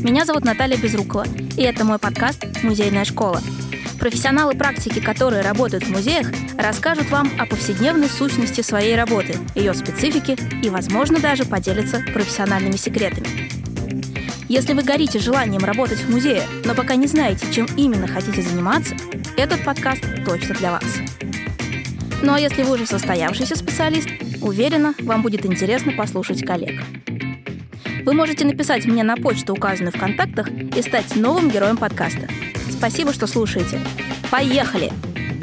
Меня зовут Наталья Безрукова, и это мой подкаст «Музейная школа». Профессионалы практики, которые работают в музеях, расскажут вам о повседневной сущности своей работы, ее специфике и, возможно, даже поделятся профессиональными секретами. Если вы горите желанием работать в музее, но пока не знаете, чем именно хотите заниматься, этот подкаст точно для вас. Ну а если вы уже состоявшийся специалист, уверена, вам будет интересно послушать коллег. Вы можете написать мне на почту, указанную в контактах, и стать новым героем подкаста. Спасибо, что слушаете. Поехали!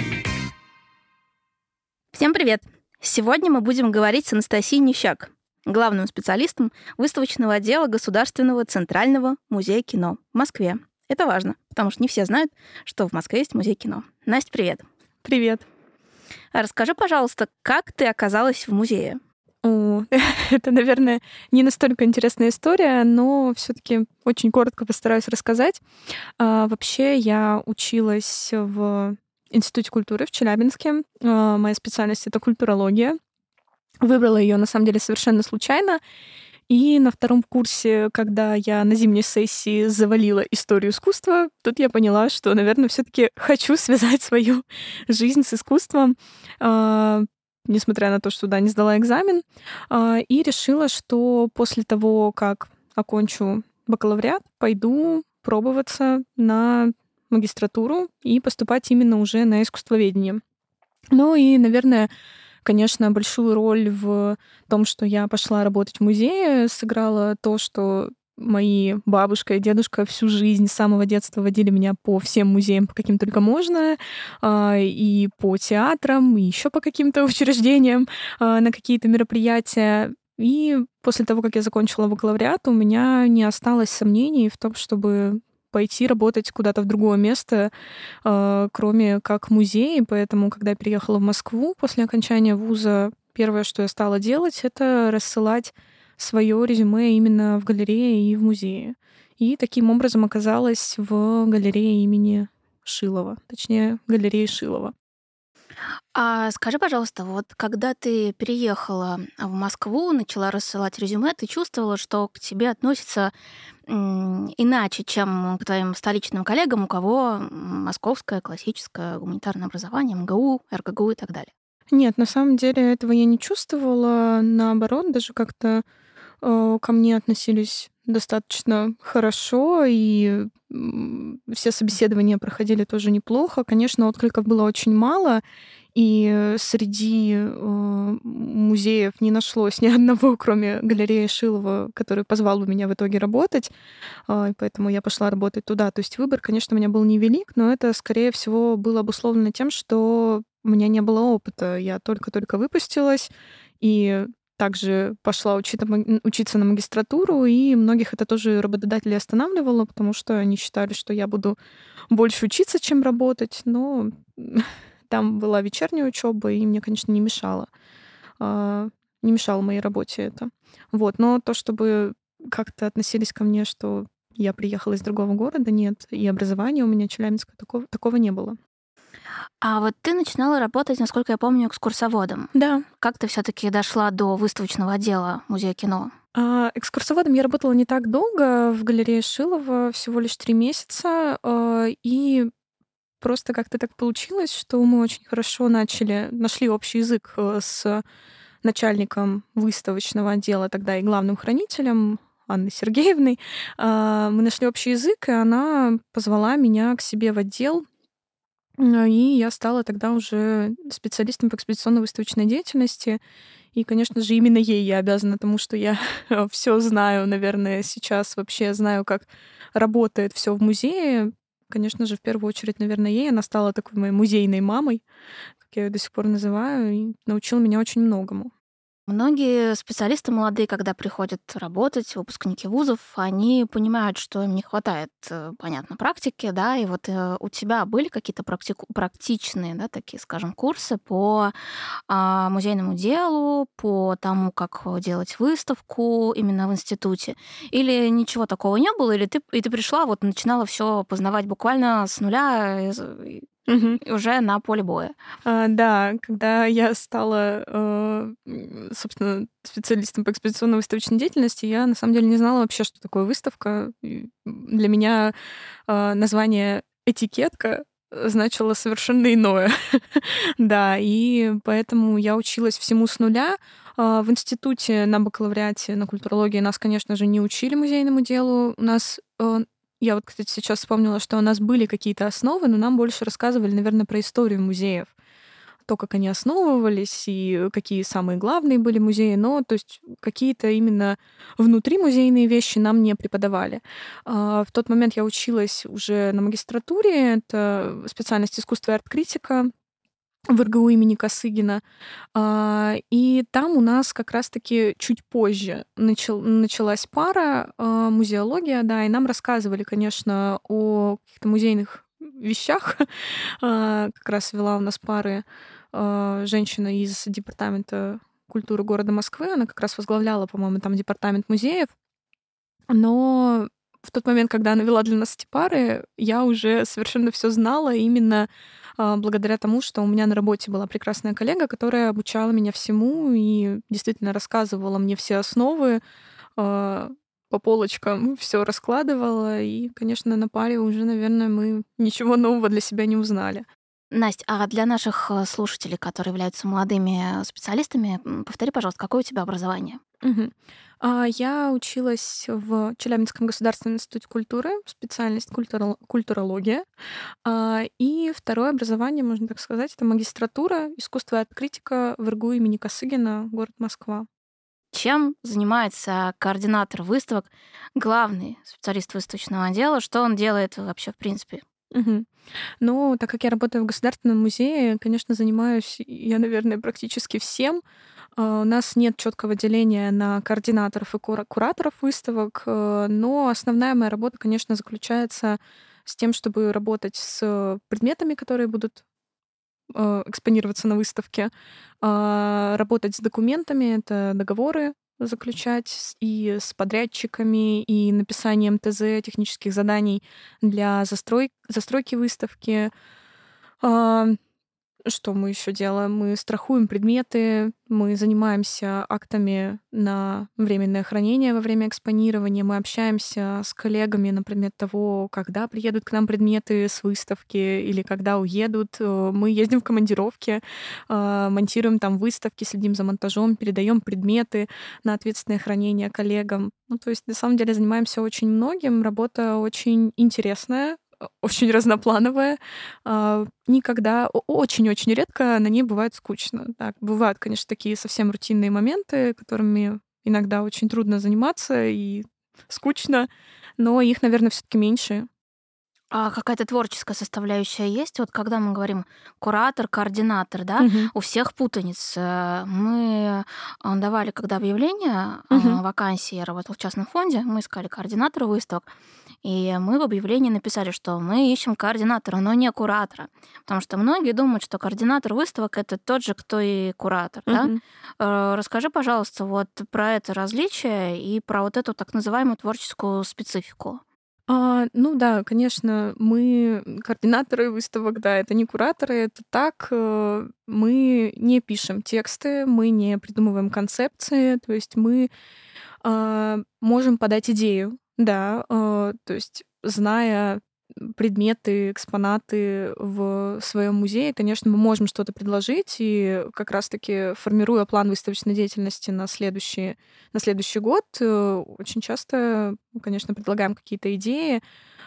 Всем привет! Сегодня мы будем говорить с Анастасией Нищак, главным специалистом выставочного отдела Государственного Центрального музея кино в Москве. Это важно, потому что не все знают, что в Москве есть музей кино. Настя, привет! Привет! Расскажи, пожалуйста, как ты оказалась в музее? Это, наверное, не настолько интересная история, но все-таки очень коротко постараюсь рассказать. Вообще, я училась в Институте культуры в Челябинске. Моя специальность — это культурология. Выбрала ее, на самом деле, совершенно случайно. И на втором курсе, когда я на зимней сессии завалила историю искусства, тут я поняла, что, наверное, все-таки хочу связать свою жизнь с искусством, несмотря на то, что, да, не сдала экзамен, и решила, что после того, как окончу бакалавриат, пойду пробоваться на магистратуру и поступать именно уже на искусствоведение. Ну и, наверное, конечно, большую роль в том, что я пошла работать в музее, сыграло то, что мои бабушка и дедушка всю жизнь с самого детства водили меня по всем музеям, по каким только можно, и по театрам, и еще по каким-то учреждениям на какие-то мероприятия. И после того, как я закончила бакалавриат, у меня не осталось сомнений в том, чтобы пойти работать куда-то в другое место, кроме как музей. Поэтому, когда я переехала в Москву после окончания вуза, первое, что я стала делать, это рассылать свое резюме именно в галерее и в музее. И таким образом оказалась в галерее имени Шилова, точнее, галерее Шилова. А скажи, пожалуйста, вот когда ты переехала в Москву, начала рассылать резюме, ты чувствовала, что к тебе относятся иначе, чем к твоим столичным коллегам, у кого московское классическое гуманитарное образование, МГУ, РГГУ и так далее? Нет, на самом деле этого я не чувствовала. Наоборот, даже как-то ко мне относились достаточно хорошо, и все собеседования проходили тоже неплохо. Конечно, откликов было очень мало, и среди музеев не нашлось ни одного, кроме галереи Шилова, который позвал бы меня в итоге работать, и поэтому я пошла работать туда. То есть выбор, конечно, у меня был невелик, но это, скорее всего, было обусловлено тем, что у меня не было опыта. Я только-только выпустилась, и также пошла учиться на магистратуру, и многих это тоже работодатели останавливало, потому что они считали, что я буду больше учиться, чем работать. Но там была вечерняя учеба, и мне, конечно, не мешало. Не мешало моей работе это. Вот. Но то, чтобы как-то относились ко мне, что я приехала из другого города, нет. И образования у меня челябинское такого не было. А вот ты начинала работать, насколько я помню, экскурсоводом. Да. Как ты все-таки дошла до выставочного отдела Музея кино? Экскурсоводом я работала не так долго, в галерее Шилова всего лишь 3 месяца, и просто как-то так получилось, что мы очень хорошо нашли общий язык с начальником выставочного отдела, тогда и главным хранителем Анной Сергеевной. Мы нашли общий язык, и она позвала меня к себе в отдел, и я стала тогда уже специалистом по экспозиционно-выставочной деятельности. И, конечно же, именно ей я обязана тому, что я все знаю, наверное, сейчас вообще знаю, как работает все в музее. Конечно же, в первую очередь, наверное, ей. Она стала такой моей музейной мамой, как я ее до сих пор называю, и научила меня очень многому. Многие специалисты молодые, когда приходят работать, выпускники вузов, они понимают, что им не хватает, понятно, практики, да, и вот у тебя были какие-то практичные, да, такие, скажем, курсы по музейному делу, по тому, как делать выставку именно в институте, или ничего такого не было, или ты пришла, вот начинала все познавать буквально с нуля, Мгм. уже на поле боя. Да, когда я стала, собственно, специалистом по экспозиционно-выставочной деятельности, я на самом деле не знала вообще, что такое выставка. И для меня название «этикетка» значило совершенно иное. Да, и поэтому я училась всему с нуля. В институте на бакалавриате на культурологии нас, конечно же, не учили музейному делу. У нас, я вот, кстати, сейчас вспомнила, что у нас были какие-то основы, но нам больше рассказывали, наверное, про историю музеев. То, как они основывались и какие самые главные были музеи, но то есть какие-то именно внутримузейные вещи нам не преподавали. В тот момент я училась уже на магистратуре, это специальность искусства и арт-критика в РГУ имени Косыгина. И там у нас как раз-таки чуть позже началась пара, музеология, да, и нам рассказывали, конечно, о каких-то музейных вещах. Как раз вела у нас пары женщина из департамента культуры города Москвы. Она как раз возглавляла, по-моему, там департамент музеев. Но в тот момент, когда она вела для нас эти пары, я уже совершенно все знала именно благодаря тому, что у меня на работе была прекрасная коллега, которая обучала меня всему и действительно рассказывала мне все основы, а, по полочкам все раскладывала. И, конечно, на паре уже, наверное, мы ничего нового для себя не узнали. Настя, а для наших слушателей, которые являются молодыми специалистами, повтори, пожалуйста, какое у тебя образование? Мгм. Я училась в Челябинском государственном институте культуры, специальность культурология. И второе образование, можно так сказать, это магистратура искусства и арт-критика в РГУ имени Косыгина, город Москва. Чем занимается координатор выставок, главный специалист выставочного отдела? Что он делает вообще в принципе? Мгм. Ну, так как я работаю в Государственном музее, конечно, занимаюсь я, наверное, практически всем. У нас нет четкого деления на координаторов и кураторов выставок, но основная моя работа, конечно, заключается с тем, чтобы работать с предметами, которые будут экспонироваться на выставке, работать с документами, это договоры заключать и с подрядчиками, и написанием ТЗ, технических заданий для застройки выставки. А, что мы еще делаем? Мы страхуем предметы, мы занимаемся актами на временное хранение во время экспонирования, мы общаемся с коллегами на предмет того, когда приедут к нам предметы с выставки или когда уедут. Мы ездим в командировки, монтируем там выставки, следим за монтажом, передаем предметы на ответственное хранение коллегам. Ну, то есть, на самом деле, занимаемся очень многим. Работа очень интересная, очень разноплановая. Никогда, очень-очень редко на ней бывает скучно. Так, бывают, конечно, такие совсем рутинные моменты, которыми иногда очень трудно заниматься и скучно, но их, наверное, все таки меньше. А какая-то творческая составляющая есть? Вот когда мы говорим куратор, координатор, да, Мгм. у всех путаница. Мы давали, когда объявление Мгм. вакансии, я работала в частном фонде, мы искали координатора выставок, и мы в объявлении написали, что мы ищем координатора, но не куратора. Потому что многие думают, что координатор выставок — это тот же, кто и куратор, да? Мгм. Расскажи, пожалуйста, вот про это различие и про вот эту так называемую творческую специфику. Ну да, конечно, мы координаторы выставок, да, это не кураторы, это так. Мы не пишем тексты, мы не придумываем концепции, то есть мы можем подать идею, да, то есть зная предметы, экспонаты в своем музее, конечно, мы можем что-то предложить, и как раз-таки формируя план выставочной деятельности на следующий год, очень часто, конечно, предлагаем какие-то идеи,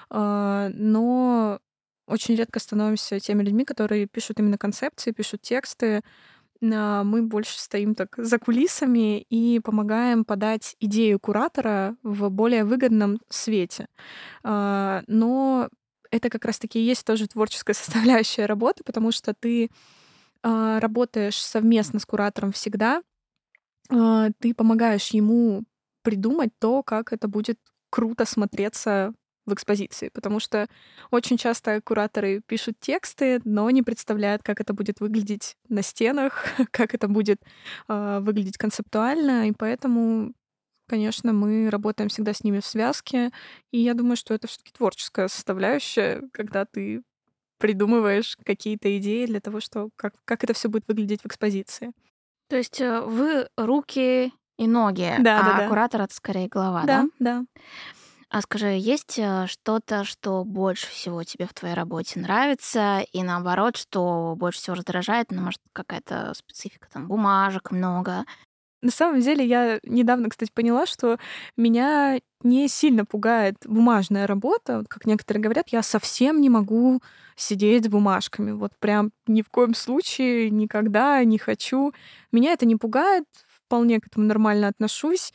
но очень редко становимся теми людьми, которые пишут именно концепции, пишут тексты. Мы больше стоим так за кулисами и помогаем подать идею куратора в более выгодном свете. Но это как раз-таки и есть тоже творческая составляющая работы, потому что ты работаешь совместно с куратором всегда, ты помогаешь ему придумать то, как это будет круто смотреться в экспозиции. Потому что очень часто кураторы пишут тексты, но не представляют, как это будет выглядеть на стенах, как это будет выглядеть концептуально. И поэтому, конечно, мы работаем всегда с ними в связке. И я думаю, что это все таки творческая составляющая, когда ты придумываешь какие-то идеи для того, что как это все будет выглядеть в экспозиции. То есть вы руки и ноги, а Да-да-да. куратор — это скорее голова, Да, да? да. А скажи, есть что-то, что больше всего тебе в твоей работе нравится, и наоборот, что больше всего раздражает? Ну, может, какая-то специфика, там, бумажек много. На самом деле я недавно, кстати, поняла, что меня не сильно пугает бумажная работа. Вот как некоторые говорят, я совсем не могу сидеть с бумажками. Вот прям ни в коем случае, никогда не хочу. Меня это не пугает, вполне к этому нормально отношусь,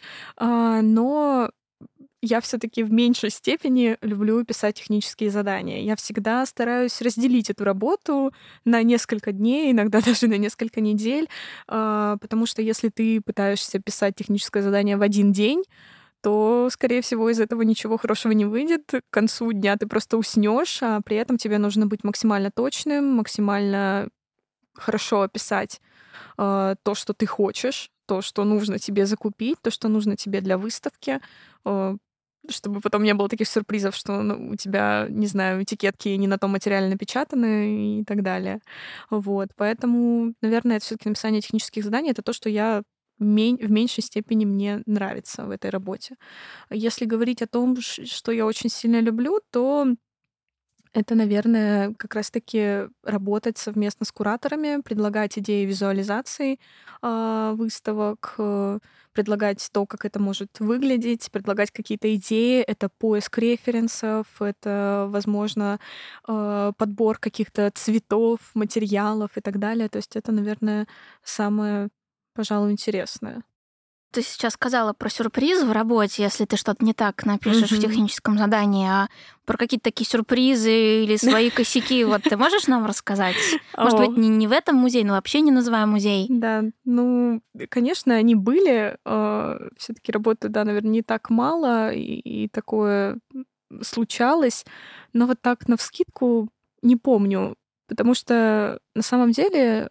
но я все-таки в меньшей степени люблю писать технические задания. Я всегда стараюсь разделить эту работу на несколько дней, иногда даже на несколько недель, потому что если ты пытаешься писать техническое задание в один день, то, скорее всего, из этого ничего хорошего не выйдет. К концу дня ты просто уснешь, а при этом тебе нужно быть максимально точным, максимально хорошо описать то, что ты хочешь, то, что нужно тебе закупить, то, что нужно тебе для выставки, э, чтобы потом не было таких сюрпризов, что у тебя, не знаю, этикетки не на том материале напечатаны и так далее. Вот. Поэтому, наверное, это все-таки написание технических заданий — это то, что я в меньшей степени мне нравится в этой работе. Если говорить о том, что я очень сильно люблю, то это, наверное, как раз-таки работать совместно с кураторами, предлагать идеи визуализации выставок, предлагать то, как это может выглядеть, предлагать какие-то идеи. Это поиск референсов, это, возможно, подбор каких-то цветов, материалов и так далее. То есть это, наверное, самое, пожалуй, интересное. Ты сейчас сказала про сюрприз в работе, если ты что-то не так напишешь в Мгм. техническом задании, а про какие-то такие сюрпризы или свои косяки, вот ты можешь нам рассказать? Может быть, О, не в этом музее, но вообще не называя музей. да, ну, конечно, они были. Все-таки работы, да, наверное, не так мало, и такое случалось. Но вот так навскидку не помню, потому что на самом деле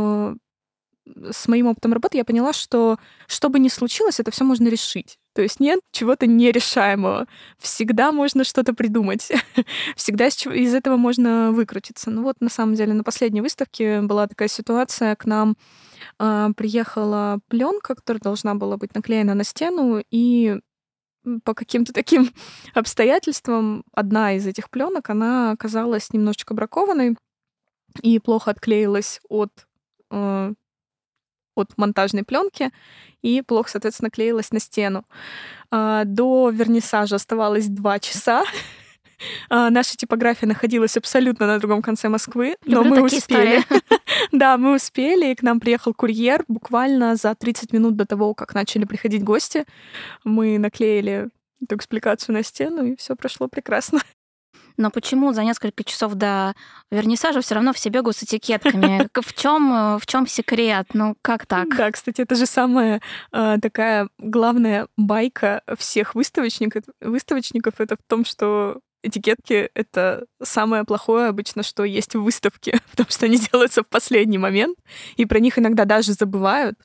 с моим опытом работы я поняла, что бы ни случилось, это все можно решить. То есть нет чего-то нерешаемого. Всегда можно что-то придумать. Всегда из этого можно выкрутиться. Ну вот, на самом деле, на последней выставке была такая ситуация. К нам приехала пленка, которая должна была быть наклеена на стену, и по каким-то таким обстоятельствам одна из этих пленок, она оказалась немножечко бракованной и плохо отклеилась э, от монтажной пленки и плохо, соответственно, клеилась на стену. До вернисажа оставалось 2 часа. Наша типография находилась абсолютно на другом конце Москвы, но Люблю мы такие успели. истории. Да, мы успели, и к нам приехал курьер буквально за 30 минут до того, как начали приходить гости. Мы наклеили эту экспликацию на стену, и все прошло прекрасно. Но почему за несколько часов до вернисажа все равно все бегают с этикетками? В чем секрет? Ну, как так? Да, кстати, это же самая такая главная байка всех выставочников это в том, что этикетки — это самое плохое обычно, что есть в выставке, потому что они делаются в последний момент, и про них иногда даже забывают.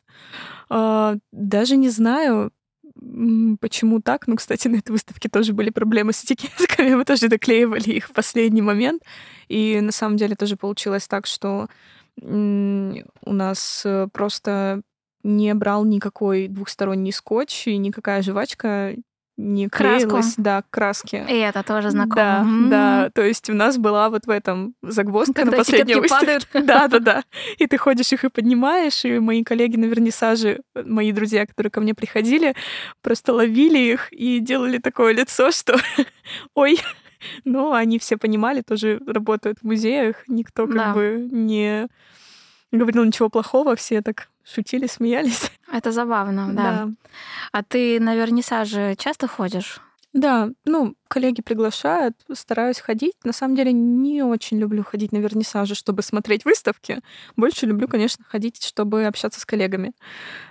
Даже не знаю, почему так. Ну, кстати, на этой выставке тоже были проблемы с этикетками, мы тоже доклеивали их в последний момент, и на самом деле тоже получилось так, что у нас просто не брал никакой двухсторонний скотч, и никакая жвачка не Краску. клеилась, да, к краске. И это тоже Да, знакомо. да. То есть у нас была вот в этом загвоздка на Когда последней этикетки выставке. падают. Да-да-да. И ты ходишь их и поднимаешь, и мои коллеги на вернисаже, мои друзья, которые ко мне приходили, просто ловили их и делали такое лицо, что ой. Но они все понимали, тоже работают в музеях, никто как Да, бы не говорил ничего плохого, все так шутили, смеялись. это забавно, да. Да. А ты на вернисаже часто ходишь? Да, ну, коллеги приглашают, стараюсь ходить. На самом деле не очень люблю ходить на вернисажи, чтобы смотреть выставки. Больше люблю, конечно, ходить, чтобы общаться с коллегами.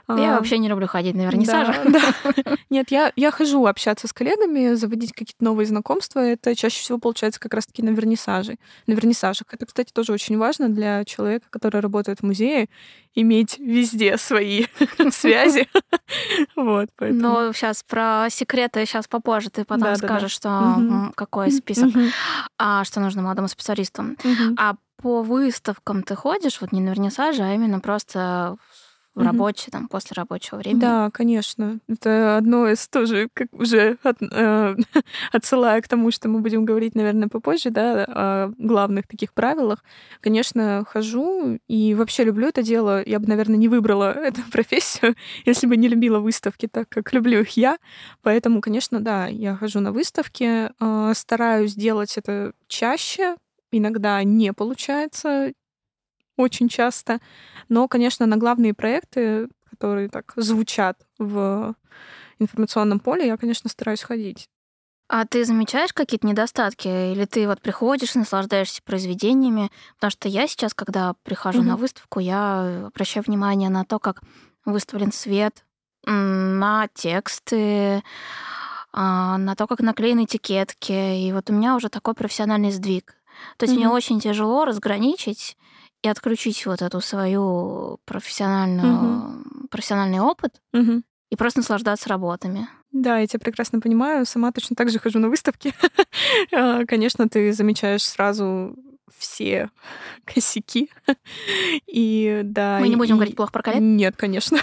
Я вообще не люблю ходить на вернисажи. Да. Нет, я хожу общаться с коллегами, заводить какие-то новые знакомства. Это чаще всего получается как раз-таки на вернисажах. Это, кстати, тоже очень важно для человека, который работает в музее, иметь везде свои связи. Вот, поэтому. Но сейчас про секреты сейчас попозже ты потом скажешь, что какой список, что нужно молодому специалисту. А по выставкам ты ходишь, вот не на вернисаже, а именно просто в рабочее, там, после рабочего времени? Да, конечно. Это одно из тоже, как уже отсылая к тому, что мы будем говорить, наверное, попозже, да, о главных таких правилах. Конечно, хожу и вообще люблю это дело. Я бы, наверное, не выбрала эту профессию, если бы не любила выставки так, как люблю их я. Поэтому, конечно, да, я хожу на выставки, стараюсь делать это чаще. Иногда не получается, очень часто. Но, конечно, на главные проекты, которые так звучат в информационном поле, я, конечно, стараюсь ходить. А ты замечаешь какие-то недостатки? Или ты вот приходишь и наслаждаешься произведениями? Потому что я сейчас, когда прихожу на выставку, я обращаю внимание на то, как выставлен свет, на тексты, на то, как наклеены этикетки. И вот у меня уже такой профессиональный сдвиг. То есть мне очень тяжело разграничить и отключить вот эту свою профессиональный опыт и просто наслаждаться работами. Да, я тебя прекрасно понимаю. Сама точно так же хожу на выставки. Конечно, ты замечаешь сразу все косяки. И да. Мы не будем говорить плохо про коллег? Нет, конечно.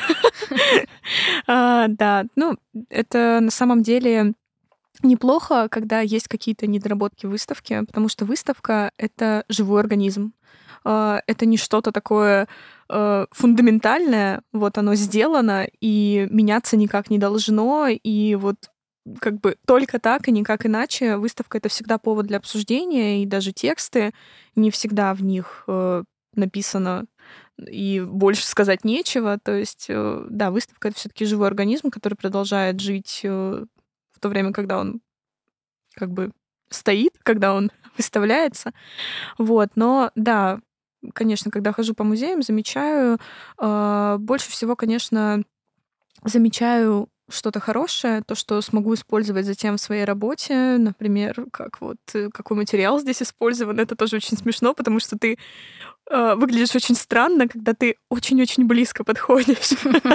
Да, это на самом деле неплохо, когда есть какие-то недоработки в выставке, потому что выставка — это живой организм. Это не что-то такое фундаментальное, вот оно сделано, и меняться никак не должно, и вот как бы только так и никак иначе. Выставка — это всегда повод для обсуждения, и даже тексты, не всегда в них написано и больше сказать нечего. То есть, да, выставка — это все-таки живой организм, который продолжает жить в то время, когда он как бы стоит, когда он выставляется. Вот, но да, конечно, когда хожу по музеям, замечаю, больше всего, конечно, замечаю что-то хорошее, то, что смогу использовать затем в своей работе, например, какой материал здесь использован. Это тоже очень смешно, потому что ты выглядишь очень странно, когда ты очень-очень близко подходишь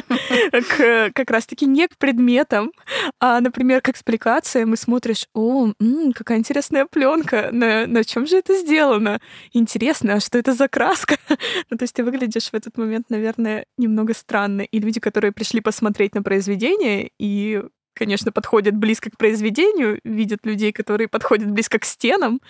как раз-таки не к предметам, а, например, к экспликациям, и смотришь: какая интересная пленка, на чем же это сделано? Интересно, а что это за краска? То есть ты выглядишь в этот момент, наверное, немного странно. И люди, которые пришли посмотреть на произведение и, конечно, подходят близко к произведению, видят людей, которые подходят близко к стенам.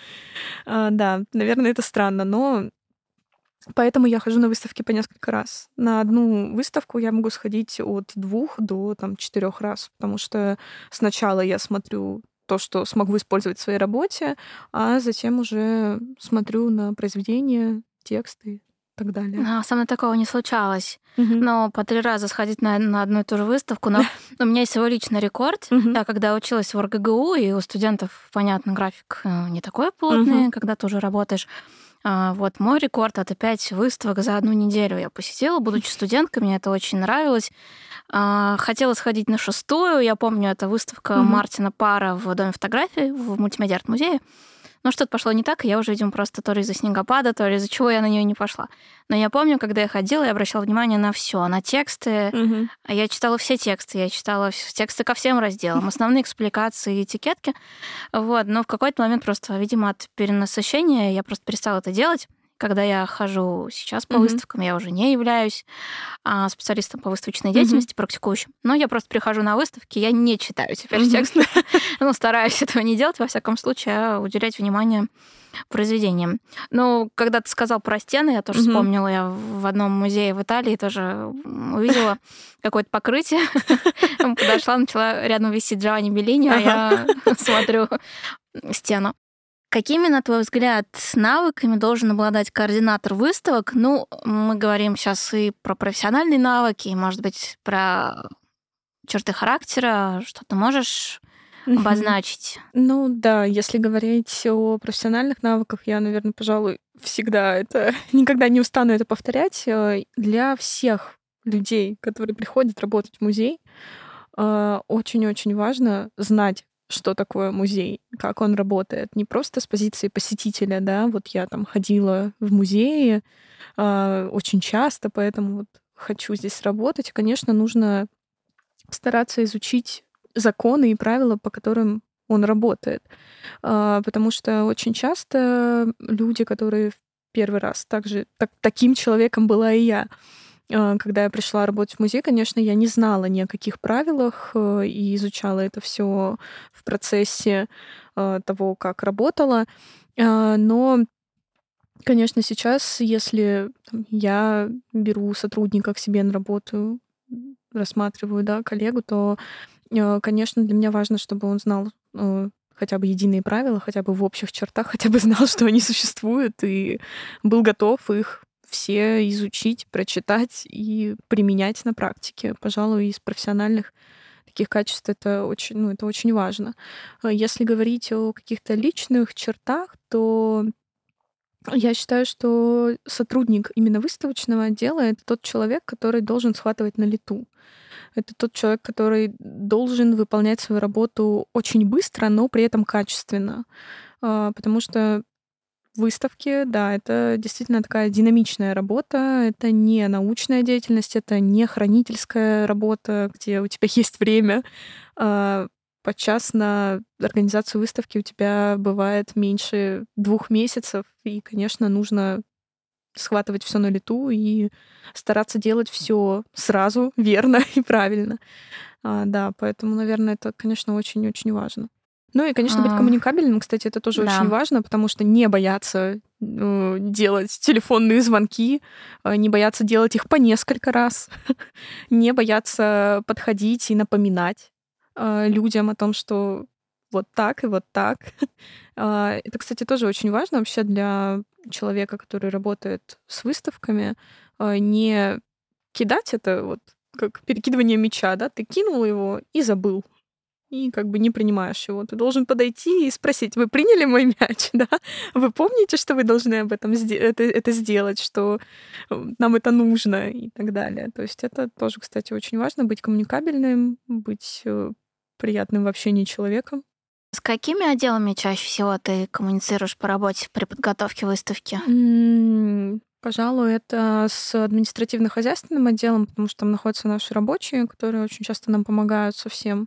Да, наверное, это странно, но поэтому я хожу на выставки по несколько раз. На одну выставку я могу сходить от 2 до 4 раз, потому что сначала я смотрю то, что смогу использовать в своей работе, а затем уже смотрю на произведения, тексты и так далее. Со мной такого не случалось. Но по 3 раза сходить на одну и ту же выставку. Но у меня есть свой личный рекорд. Я когда училась в РГГУ, и у студентов, понятно, график не такой плотный, когда ты уже работаешь. Вот мой рекорд — это 5 выставок за 1 неделю я посетила, будучи студенткой, мне это очень нравилось. Хотела сходить на 6-ю, я помню, это выставка Мартина Парра в Доме фотографий, в мультимедиа-арт-музее. Но что-то пошло не так, и я уже, видимо, просто то ли из-за снегопада, то ли из-за чего я на нее не пошла. Но я помню, когда я ходила, я обращала внимание на все, на тексты. Я читала все тексты, я читала тексты ко всем разделам, основные экспликации и этикетки. Вот. Но в какой-то момент просто, видимо, от перенасыщения я просто перестала это делать. Когда я хожу сейчас по выставкам, я уже не являюсь специалистом по выставочной деятельности, практикующим. Но я просто прихожу на выставки, я не читаю теперь тексты. Стараюсь этого не делать, во всяком случае, а уделять внимание произведениям. Когда ты сказал про стены, я тоже вспомнила, я в одном музее в Италии тоже увидела какое-то покрытие. Подошла, начала рядом висеть Джованни Беллини, а я смотрю стену. Какими, на твой взгляд, навыками должен обладать координатор выставок? Мы говорим сейчас и про профессиональные навыки, и, может быть, про черты характера. Что ты можешь обозначить? Да, если говорить о профессиональных навыках, я, наверное, пожалуй, никогда не устану это повторять. Для всех людей, которые приходят работать в музей, очень-очень важно знать, что такое музей, как он работает. Не просто с позиции посетителя, да, вот я там ходила в музее очень часто, поэтому вот хочу здесь работать. Конечно, нужно стараться изучить законы и правила, по которым он работает. Потому что очень часто люди, которые в первый раз таким человеком была и я. Когда я пришла работать в музей, конечно, я не знала ни о каких правилах и изучала это все в процессе того, как работала. Но, конечно, сейчас, если я беру сотрудника к себе на работу, рассматриваю, да, коллегу, то, конечно, для меня важно, чтобы он знал хотя бы единые правила, хотя бы в общих чертах, хотя бы знал, что они существуют, и был готов их все изучить, прочитать и применять на практике. Пожалуй, из профессиональных таких качеств это очень, это очень важно. Если говорить о каких-то личных чертах, то я считаю, что сотрудник именно выставочного отдела — это тот человек, который должен схватывать на лету. Это тот человек, который должен выполнять свою работу очень быстро, но при этом качественно. Потому что выставки, да, это действительно такая динамичная работа. Это не научная деятельность, это не хранительская работа, где у тебя есть время. Подчас на организацию выставки у тебя бывает меньше 2 месяцев, и, конечно, нужно схватывать все на лету и стараться делать все сразу, верно и правильно. Да, поэтому, наверное, это, конечно, очень-очень важно. Ну и, конечно, быть коммуникабельным, кстати, это тоже Да. очень важно, потому что не бояться делать телефонные звонки, не бояться делать их по несколько раз, не бояться подходить и напоминать людям о том, что вот так и вот так. Это, кстати, тоже очень важно вообще для человека, который работает с выставками, не кидать это вот как перекидывание мяча, да, ты кинул его и забыл, и как бы не принимаешь его. Ты должен подойти и спросить: вы приняли мой мяч, да? Вы помните, что вы должны об этом это сделать, что нам это нужно и так далее. То есть это тоже, кстати, очень важно — быть коммуникабельным, быть приятным в общении человеком. С какими отделами чаще всего ты коммуницируешь по работе при подготовке выставки? Пожалуй, это с административно-хозяйственным отделом, потому что там находятся наши рабочие, которые очень часто нам помогают со всем.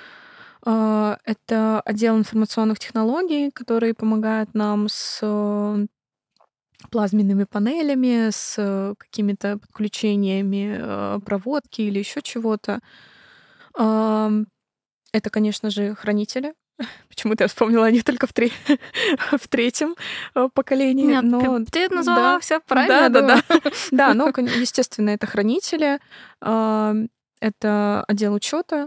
Это отдел информационных технологий, который помогает нам с плазменными панелями, с какими-то подключениями проводки или еще чего-то. Это, конечно же, хранители. Почему-то я вспомнила о них только в третьем поколении. Нет, Но ты назвала да, все правильно. да. Да, но, естественно, это хранители, это отдел учета,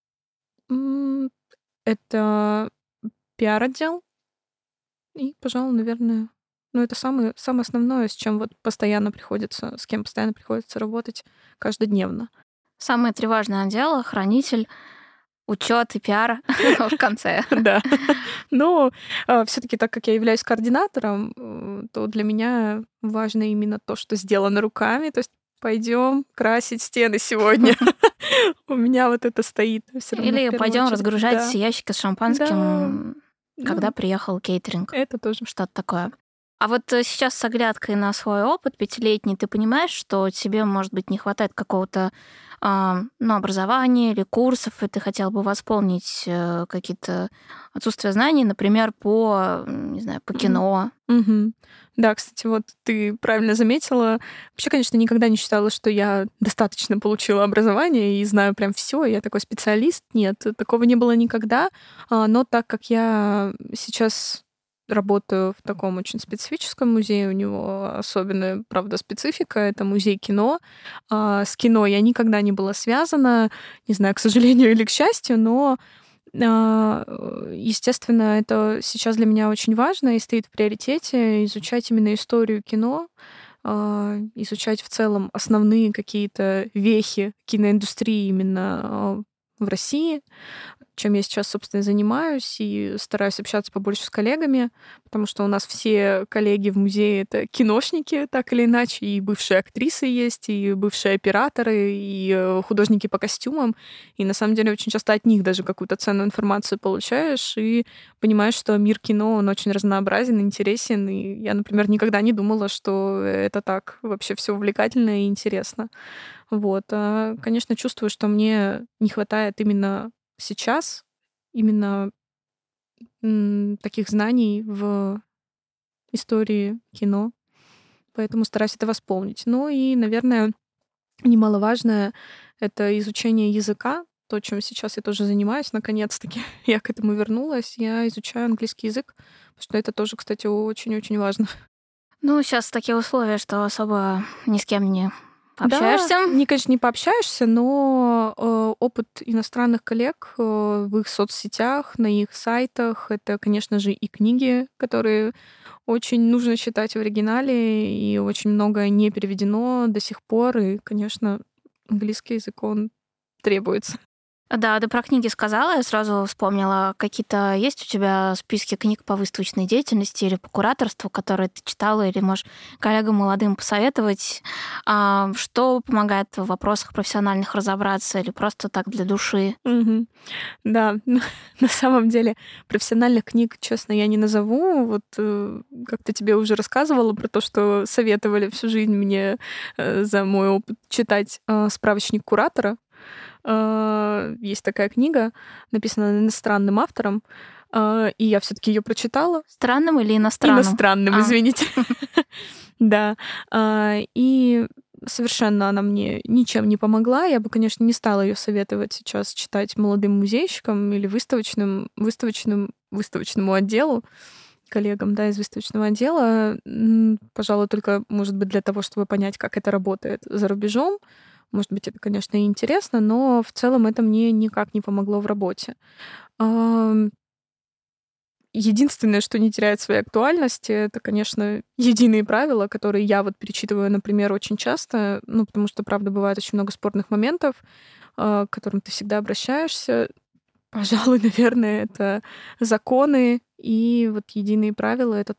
это пиар-отдел и, пожалуй, наверное, это самое основное, с кем постоянно приходится работать каждодневно. Самые три важные отдела — хранитель, учет и пиар в конце. Да. Но все-таки, так как я являюсь координатором, то для меня важно именно то, что сделано руками. То есть пойдем красить стены сегодня. У меня вот это стоит. Или пойдем разгружать ящики с шампанским, когда приехал кейтеринг. Это тоже. Что-то такое. А вот сейчас с оглядкой на свой опыт 5-летний, ты понимаешь, что тебе, может быть, не хватает какого-то образования или курсов, и ты хотел бы восполнить какие-то отсутствия знаний, например, по кино? Да, кстати, вот ты правильно заметила. Вообще, конечно, никогда не считала, что я достаточно получила образование и знаю прям все, я такой специалист. Нет, такого не было никогда. Но так как я сейчас работаю в таком очень специфическом музее, у него особенная, правда, специфика, это музей кино. С кино я никогда не была связана, не знаю, к сожалению или к счастью, но, естественно, это сейчас для меня очень важно и стоит в приоритете — изучать именно историю кино, изучать в целом основные какие-то вехи киноиндустрии именно в России, чем я сейчас, собственно, и занимаюсь, и стараюсь общаться побольше с коллегами, потому что у нас все коллеги в музее — это киношники, так или иначе, и бывшие актрисы есть, и бывшие операторы, и художники по костюмам. И на самом деле очень часто от них даже какую-то ценную информацию получаешь и понимаешь, что мир кино, он очень разнообразен, интересен. И я, например, никогда не думала, что это так вообще все увлекательно и интересно. Вот. Конечно, чувствую, что мне не хватает именно сейчас именно таких знаний в истории кино, поэтому стараюсь это восполнить. Ну и, наверное, немаловажное — это изучение языка, то, чем сейчас я тоже занимаюсь, наконец-таки. Я к этому вернулась. Я изучаю английский язык, потому что это тоже, кстати, очень-очень важно. Ну, сейчас такие условия, что особо ни с кем не Да, пообщаешься. конечно, не пообщаешься, но опыт иностранных коллег в их соцсетях, на их сайтах — это, конечно же, и книги, которые очень нужно читать в оригинале, и очень многое не переведено до сих пор, и, конечно, английский язык, он требуется. Да, ты про книги сказала, я сразу вспомнила. Какие-то есть у тебя списки книг по выставочной деятельности или по кураторству, которые ты читала, или можешь коллегам молодым посоветовать, что помогает в вопросах профессиональных разобраться, или просто так для души? Мгм. Да, на самом деле профессиональных книг, честно, я не назову. Вот как-то тебе уже рассказывала про то, что советовали всю жизнь мне за мой опыт читать справочник куратора. Есть такая книга, написана иностранным автором, и я все-таки ее прочитала. Странным или иностранным? Иностранным, извините. Да. И совершенно она мне ничем не помогла. Я бы, конечно, не стала ее советовать сейчас читать молодым музейщикам или выставочному отделу, коллегам, да, из выставочного отдела. Пожалуй, только, может быть, для того, чтобы понять, как это работает за рубежом. Может быть, это, конечно, и интересно, но в целом это мне никак не помогло в работе. Ам, Единственное, что не теряет своей актуальности, это, конечно, единые правила, которые я вот перечитываю, например, очень часто, ну, потому что, правда, бывает очень много спорных моментов, к которым ты всегда обращаешься. Пожалуй, наверное, это законы и вот единые правила — это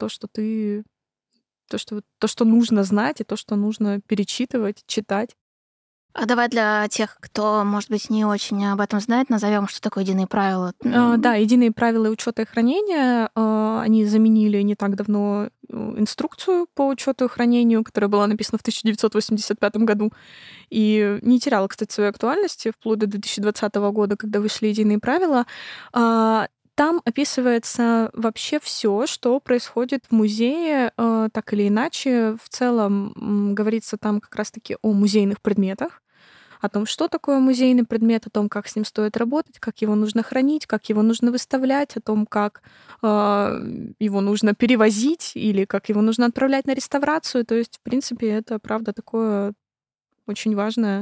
то, что нужно знать, и то, что нужно перечитывать, читать. А давай для тех, кто, может быть, не очень об этом знает, назовем, что такое единые правила. Да, единые правила учета и хранения. Они заменили не так давно инструкцию по учету и хранению, которая была написана в 1985 году и не теряла, кстати, своей актуальности вплоть до 2020 года, когда вышли единые правила. Там описывается вообще все, что происходит в музее, так или иначе. В целом говорится там как раз-таки о музейных предметах, о том, что такое музейный предмет, о том, как с ним стоит работать, как его нужно хранить, как его нужно выставлять, о том, как его нужно перевозить или как его нужно отправлять на реставрацию. То есть, в принципе, это, правда, такое очень важное,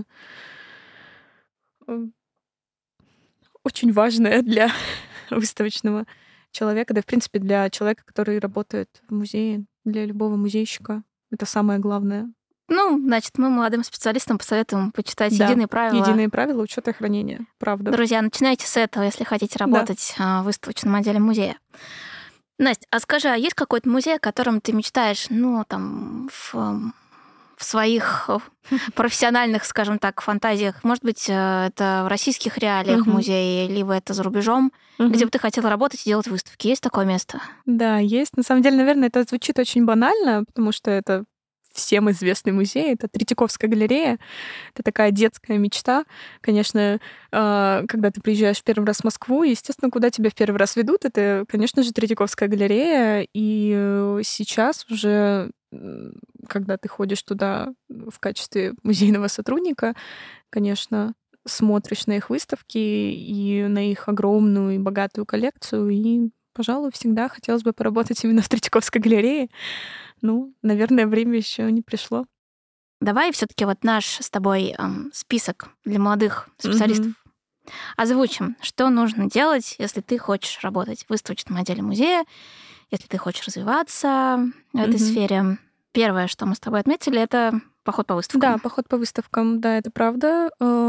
э, очень важное для выставочного человека, да, в принципе, для человека, который работает в музее, для любого музейщика. Это самое главное. Ну, значит, мы молодым специалистам посоветуем почитать Да, единые правила. единые правила учета и хранения. Правда. Друзья, начинайте с этого, если хотите работать в выставочном отделе музея. Настя, а скажи, а есть какой-то музей, о котором ты мечтаешь, ну, там, в своих профессиональных, скажем так, фантазиях? Может быть, это в российских реалиях музей, либо это за рубежом, где бы ты хотела работать и делать выставки? Есть такое место? Да, есть. На самом деле, наверное, это звучит очень банально, потому что это всем известный музей. Это Третьяковская галерея. Это такая детская мечта. Конечно, когда ты приезжаешь в первый раз в Москву, естественно, куда тебя в первый раз ведут, это, конечно же, Третьяковская галерея. И сейчас уже, когда ты ходишь туда в качестве музейного сотрудника, конечно, смотришь на их выставки и на их огромную и богатую коллекцию, и, пожалуй, всегда хотелось бы поработать именно в Третьяковской галерее. Ну, наверное, время еще не пришло. Давай все-таки вот наш с тобой список для молодых специалистов озвучим. Что нужно делать, если ты хочешь работать в выставочном отделе музея, если ты хочешь развиваться в этой сфере. Первое, что мы с тобой отметили, это поход по выставкам. Да, поход по выставкам, да, это правда.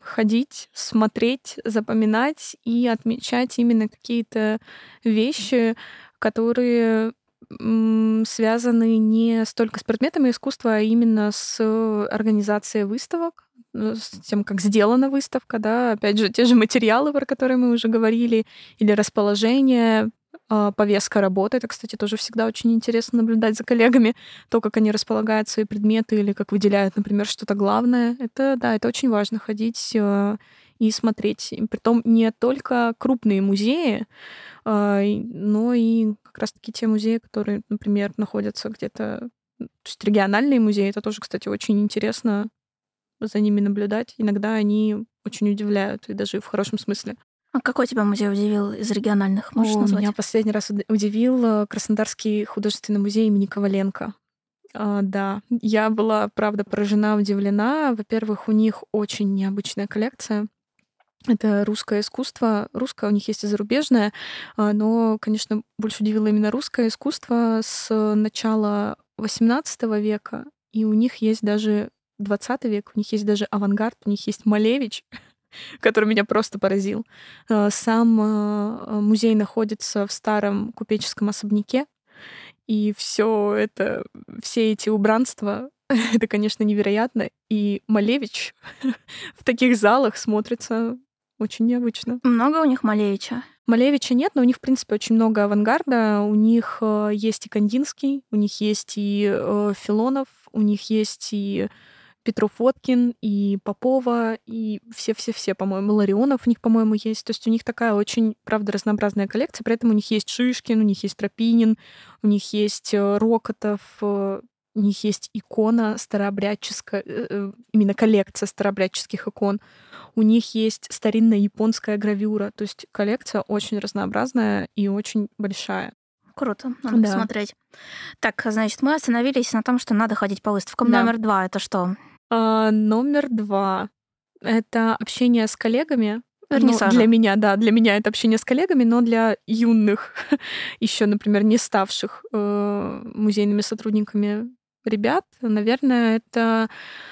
ходить, смотреть, запоминать и отмечать именно какие-то вещи, которые связаны не столько с предметами искусства, а именно с организацией выставок, с тем, как сделана выставка, да, опять же, те же материалы, про которые мы уже говорили, или расположение, повестка работы. Это, кстати, тоже всегда очень интересно наблюдать за коллегами, то, как они располагают свои предметы или как выделяют, например, что-то главное. Это, да, это очень важно ходить и смотреть. И притом не только крупные музеи, но и как раз-таки те музеи, которые, например, находятся где-то... То есть региональные музеи, это тоже, кстати, очень интересно за ними наблюдать. Иногда они очень удивляют, и даже в хорошем смысле. А какой тебя музей удивил из региональных? Можешь назвать? Меня последний раз удивил Краснодарский художественный музей имени Коваленко. Да, я была, правда, поражена, удивлена. Во-первых, у них очень необычная коллекция. Это русское искусство. Русское, у них есть и зарубежное, но, конечно, больше удивило именно русское искусство с начала XVIII века. И у них есть даже 20 век, у них есть даже авангард, у них есть Малевич, который меня просто поразил. Сам музей находится в старом купеческом особняке, и все эти убранства, это, конечно, невероятно. И Малевич в таких залах смотрится очень необычно. Много у них Малевича? Малевича нет, но у них, в принципе, очень много авангарда. У них есть и Кандинский, у них есть и Филонов, у них есть и Петров Водкин, и Попова, и все-все-все, по-моему, Ларионов у них, по-моему, есть. То есть у них такая очень, правда, разнообразная коллекция. При этом у них есть Шишкин, у них есть Тропинин, у них есть Рокотов, у них есть икона старообрядческая, именно коллекция старообрядческих икон. У них есть старинная японская гравюра. То есть коллекция очень разнообразная и очень большая. Круто, надо посмотреть. Так, значит, мы остановились на том, что надо ходить по выставкам. Да. Номер 2 — это что? Номер 2 — это общение с коллегами. Вернисажи. Для меня это общение с коллегами, но для юных, еще, например, не ставших музейными сотрудниками ребят, наверное, это...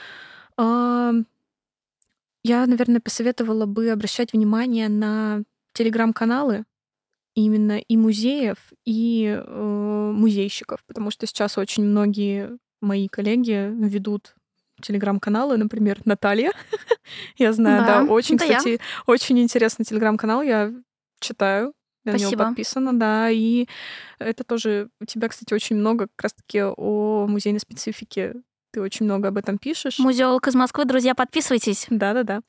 Я, наверное, посоветовала бы обращать внимание на телеграм-каналы именно и музеев, и музейщиков, потому что сейчас очень многие мои коллеги ведут телеграм-каналы, например, Наталья. Я знаю, да, очень, кстати, очень интересный телеграм-канал, я читаю, я на него подписана, да, и это тоже у тебя, кстати, очень много как раз-таки о музейной специфике. Ты очень много об этом пишешь. Музеолог из Москвы, друзья, подписывайтесь. Да-да-да.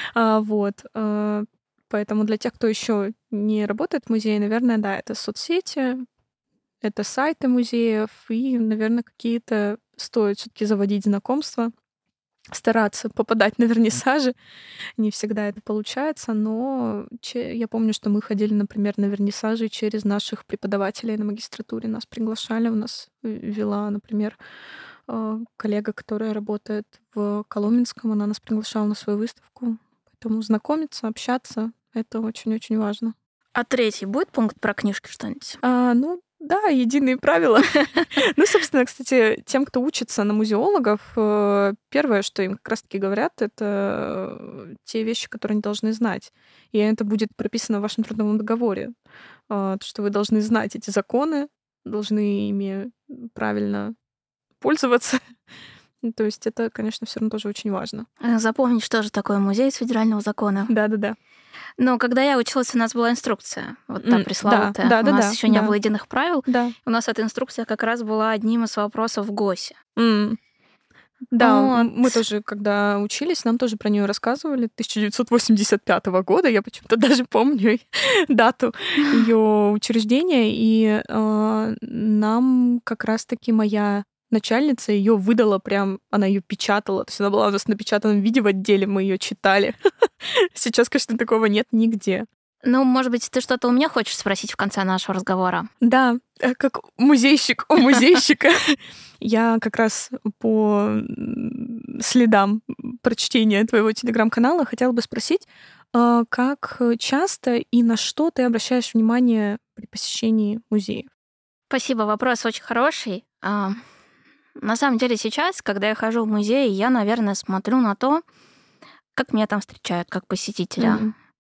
Поэтому для тех, кто еще не работает в музее, наверное, да, это соцсети, это сайты музеев, и, наверное, какие-то стоит все-таки заводить знакомства, стараться попадать на вернисажи. Не всегда это получается, но я помню, что мы ходили, например, на вернисажи через наших преподавателей на магистратуре. Нас приглашали, у нас вела, например, коллега, которая работает в Коломенском, она нас приглашала на свою выставку. Поэтому знакомиться, общаться — это очень-очень важно. А третий будет пункт про книжки что-нибудь? Да, единые правила. Собственно, кстати, тем, кто учится на музеологов, первое, что им как раз-таки говорят, это те вещи, которые они должны знать. И это будет прописано в вашем трудовом договоре, что вы должны знать эти законы, должны ими правильно пользоваться. То есть это, конечно, все равно тоже очень важно. Запомнить, что же такое музей из федерального закона. Да-да-да. Но когда я училась, у нас была инструкция. Вот та пресловутая. У нас еще не было единых правил. Да. У нас эта инструкция как раз была одним из вопросов в ГОСе. Да, мы тоже, когда учились, нам тоже про нее рассказывали. 1985 года, я почему-то даже помню дату ее учреждения, и нам как раз-таки моя начальница ее выдала прям, она ее печатала, то есть она была у нас в напечатанном виде в отделе, мы ее читали. Сейчас, конечно, такого нет нигде. Может быть, ты что-то у меня хочешь спросить в конце нашего разговора? Да, как музейщик у музейщика. Я как раз по следам прочтения твоего телеграм-канала хотела бы спросить, как часто и на что ты обращаешь внимание при посещении музеев? Спасибо, вопрос очень хороший. На самом деле сейчас, когда я хожу в музей, я, наверное, смотрю на то, как меня там встречают, как посетителя.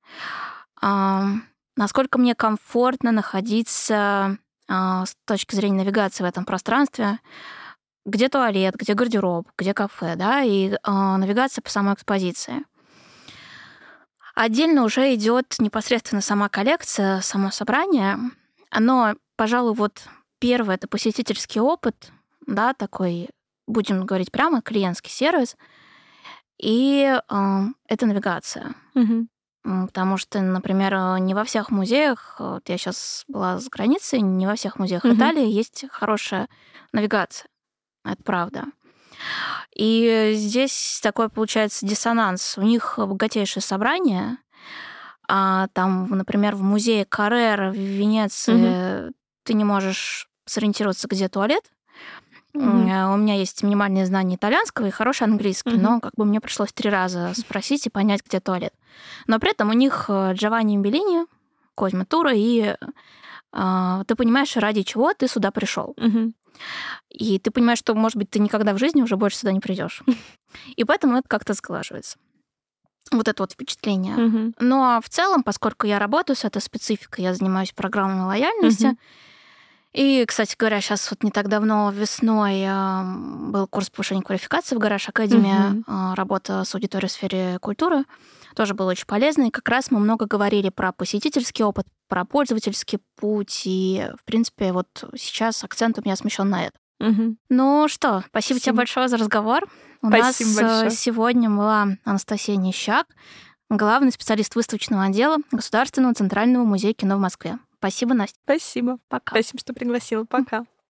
Насколько мне комфортно находиться с точки зрения навигации в этом пространстве, где туалет, где гардероб, где кафе, да, и навигация по самой экспозиции. Отдельно уже идет непосредственно сама коллекция, само собрание. Но, пожалуй, вот первое — это посетительский опыт, да, такой, будем говорить прямо, клиентский сервис, и это навигация. Потому что, например, не во всех музеях, вот я сейчас была за границей, не во всех музеях Италии есть хорошая навигация. Это правда. И здесь такой получается диссонанс. У них богатейшее собрание. Там, например, в музее Каррера в Венеции ты не можешь сориентироваться, где туалет. У меня есть минимальные знания итальянского и хороший английский, но как бы мне пришлось 3 раза спросить и понять, где туалет. Но при этом у них Джованни Беллини, Козьма Тура, и ты понимаешь, ради чего ты сюда пришел. И ты понимаешь, что, может быть, ты никогда в жизни уже больше сюда не придешь. И поэтому это как-то сглаживается. Вот это вот впечатление. Но в целом, поскольку я работаю с этой спецификой, я занимаюсь программами лояльности. И, кстати говоря, сейчас вот не так давно весной был курс повышения квалификации в Гараж Академии, работа с аудиторией в сфере культуры. Тоже было очень полезно. И как раз мы много говорили про посетительский опыт, про пользовательский путь. И, в принципе, вот сейчас акцент у меня смещен на это. Ну что, спасибо тебе большое за разговор. У нас сегодня была Анастасия Нищак, главный специалист выставочного отдела Государственного центрального музея кино в Москве. Спасибо, Настя. Спасибо. Пока. Спасибо, что пригласила. Пока.